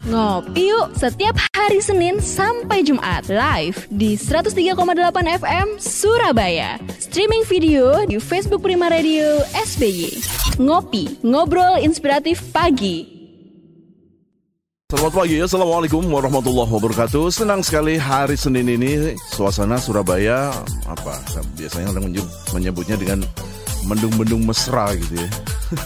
Ngopi yuk setiap hari Senin sampai Jumat live di 103,8 FM Surabaya. Streaming video di Facebook Prima Radio SBY. Ngopi, ngobrol inspiratif pagi. Selamat pagi, Assalamualaikum warahmatullahi wabarakatuh. Senang sekali hari Senin ini suasana Surabaya biasanya orang menyebutnya dengan mendung-mendung mesra gitu ya.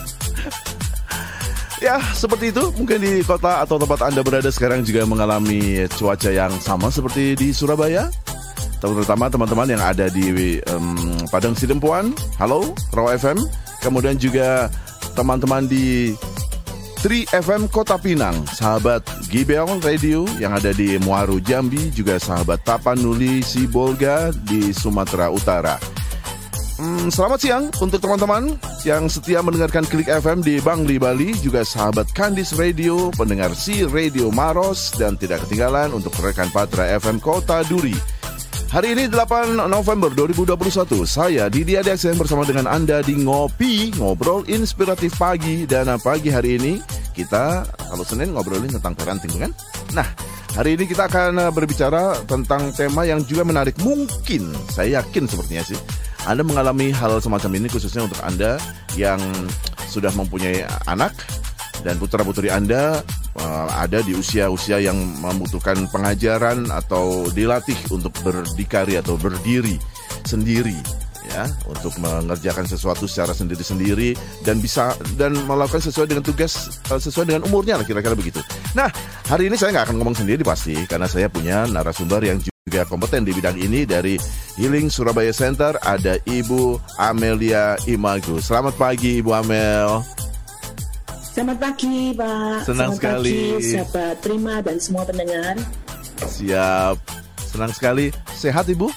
Ya, seperti itu. Mungkin di kota atau tempat Anda berada sekarang juga mengalami cuaca yang sama seperti di Surabaya. Terutama teman-teman yang ada di Padang Sidempuan, halo, Raw FM. Kemudian juga teman-teman di Tri FM Kota Pinang, sahabat Gibel Radio yang ada di Muaru Jambi, juga sahabat Tapanuli Sibolga di Sumatera Utara. Selamat siang untuk teman-teman yang setia mendengarkan Klik FM di Bangli, Bali, juga sahabat Kandis Radio, pendengar Si Radio Maros, dan tidak ketinggalan untuk rekan Patra FM Kota Duri. Hari ini 8 November 2021, saya Didi Adiaksen bersama dengan Anda di Ngopi, ngobrol inspiratif pagi. Dan pagi hari ini kita, kalau Senin, ngobrolin tentang parenting kan? Nah, hari ini kita akan berbicara tentang tema yang juga menarik. Mungkin, saya yakin sepertinya sih, Anda mengalami hal semacam ini khususnya untuk Anda yang sudah mempunyai anak dan putra-putri Anda ada di usia-usia yang membutuhkan pengajaran atau dilatih untuk berdikari atau berdiri sendiri, ya, untuk mengerjakan sesuatu secara sendiri-sendiri dan bisa dan melakukan sesuai dengan tugas sesuai dengan umurnya lah, kira-kira begitu. Nah, hari ini saya nggak akan ngomong sendiri pasti, karena saya punya narasumber yang juga kompeten di bidang ini dari Healing Surabaya Center. Ada Ibu Amelia Imago. Selamat pagi, Ibu Amel. Selamat pagi, Pak. Senang Selamat sekali. pagi, sahabat Prima dan semua pendengar. Siap. Senang sekali. Sehat, Ibu?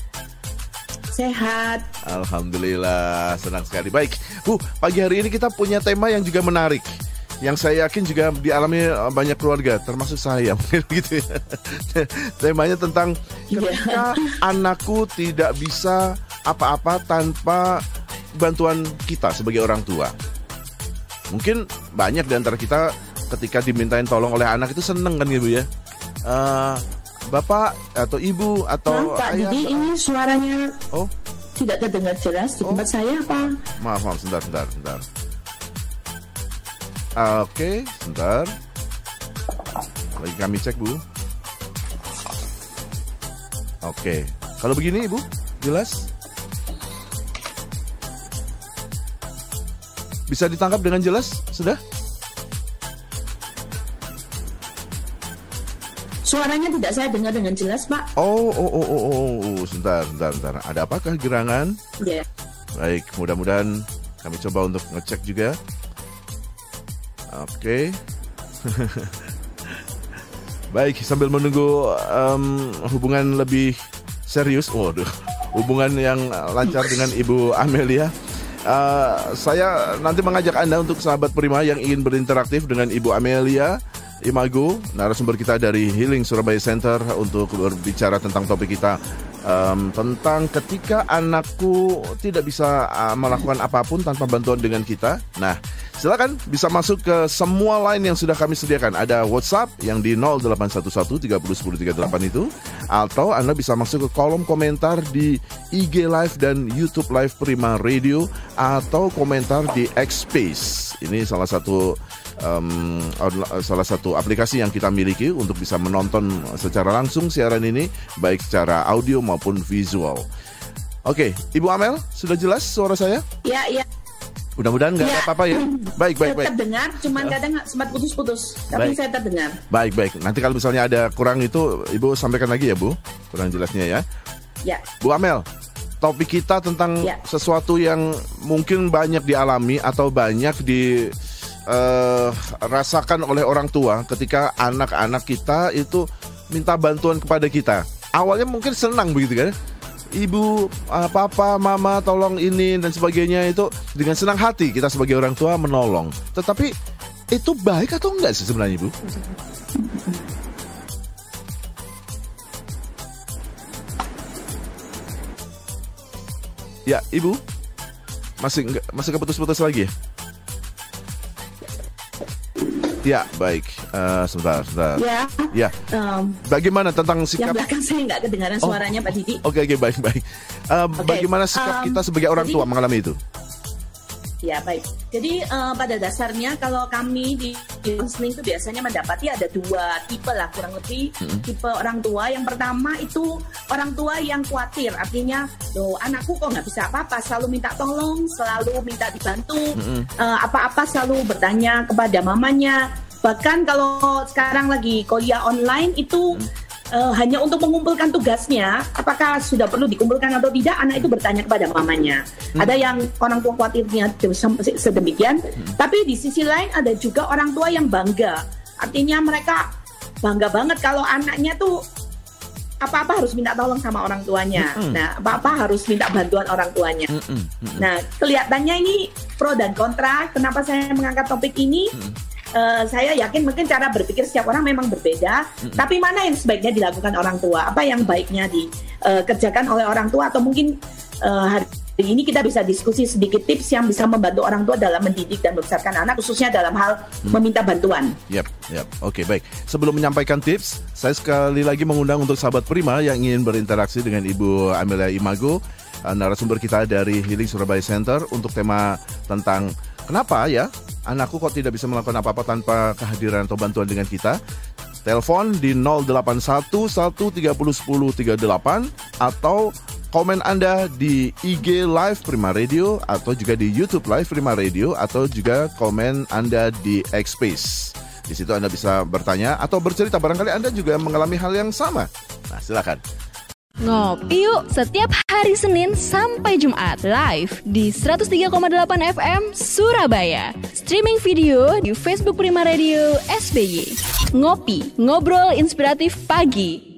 Sehat. Alhamdulillah, senang sekali. Baik, Bu, pagi hari ini kita punya tema yang juga menarik, yang saya yakin juga dialami banyak keluarga, termasuk saya, mungkin gitu ya. Temanya tentang ketika anakku tidak bisa apa-apa tanpa bantuan kita sebagai orang tua. Mungkin banyak di antara kita ketika dimintain tolong oleh anak itu seneng kan Ibu ya. Bapak atau ibu atau Pak ayah. Didi, ini suaranya tidak terdengar jelas di tempat saya apa? Maaf, sebentar. Oke, sebentar. Lagi kami cek, Bu. Oke. Kalau begini, Ibu, jelas? Bisa ditangkap dengan jelas? Sudah? Suaranya tidak saya dengar dengan jelas, Pak. Sebentar. Ada apakah gerangan? Ya. Baik, mudah-mudahan kami coba untuk ngecek juga. Oke. Baik, sambil menunggu hubungan lebih serius, hubungan yang lancar dengan Ibu Amelia, saya nanti mengajak Anda untuk sahabat Prima yang ingin berinteraktif dengan Ibu Amelia Imago, narasumber kita dari Healing Surabaya Center, untuk berbicara tentang topik kita tentang ketika anakku tidak bisa melakukan apapun tanpa bantuan dengan kita. Nah, silakan bisa masuk ke semua line yang sudah kami sediakan. Ada WhatsApp yang di 0811 30 10 38 itu, atau Anda bisa masuk ke kolom komentar di IG Live dan YouTube Live Prima Radio, atau komentar di X Space. Ini salah satu aplikasi yang kita miliki untuk bisa menonton secara langsung siaran ini, baik secara audio maupun visual. Oke, Ibu Amel, sudah jelas suara saya? Ya. Mudah-mudahan nggak ada apa-apa ya. Baik. Terdengar, cuman kadang sempat putus-putus, tapi saya terdengar. Baik. Nanti kalau misalnya ada kurang itu, Ibu sampaikan lagi ya, Bu, kurang jelasnya ya. Ya. Bu Amel, topik kita tentang sesuatu yang mungkin banyak dialami atau banyak rasakan oleh orang tua ketika anak-anak kita itu minta bantuan kepada kita. Awalnya mungkin senang begitu kan, ibu, papa, mama tolong ini dan sebagainya, itu dengan senang hati kita sebagai orang tua menolong. Tetapi itu baik atau enggak sih sebenarnya, Ibu? Ya, Ibu, masih keputus-putus lagi ya? Ya, baik. Sebentar. Ya. Bagaimana tentang sikap? Yang belakang saya nggak kedengaran suaranya, Pak Didi. Oke, baik. Bagaimana sikap kita sebagai orang tua mengalami itu? Ya, baik. Jadi pada dasarnya kalau kami di counseling itu biasanya mendapati ada 2 tipe lah kurang lebih. Tipe orang tua yang pertama itu orang tua yang khawatir, artinya anakku kok nggak bisa apa-apa, selalu minta tolong, selalu minta dibantu, apa-apa selalu bertanya kepada mamanya. Bahkan kalau sekarang lagi kuliah online itu hanya untuk mengumpulkan tugasnya, apakah sudah perlu dikumpulkan atau tidak, anak itu bertanya kepada mamanya. Ada yang orang tua khawatirnya sedemikian, tapi di sisi lain ada juga orang tua yang bangga. Artinya mereka bangga banget kalau anaknya tuh apa-apa harus minta tolong sama orang tuanya. Nah, apa-apa harus minta bantuan orang tuanya. Nah, kelihatannya ini pro dan kontra. Kenapa saya mengangkat topik ini? Saya yakin mungkin cara berpikir setiap orang memang berbeda, tapi mana yang sebaiknya dilakukan orang tua, apa yang baiknya dikerjakan oleh orang tua, atau mungkin hari ini kita bisa diskusi sedikit tips yang bisa membantu orang tua dalam mendidik dan membesarkan anak, khususnya dalam hal meminta bantuan. Yap. Oke, baik. Sebelum menyampaikan tips, saya sekali lagi mengundang untuk sahabat Prima yang ingin berinteraksi dengan Ibu Amelia Imago, narasumber kita dari Healing Surabaya Center, untuk tema tentang kenapa ya anakku kok tidak bisa melakukan apa-apa tanpa kehadiran atau bantuan dengan kita. Telepon di 081 130 10 38 atau komen Anda di IG Live Prima Radio atau juga di YouTube Live Prima Radio atau juga komen Anda di X-Space. Di situ Anda bisa bertanya atau bercerita, barangkali Anda juga mengalami hal yang sama. Nah, silakan. Ngopi yuk setiap hari Senin sampai Jumat live di 103,8 FM Surabaya. Streaming video di Facebook Prima Radio SBY. Ngopi, ngobrol inspiratif pagi.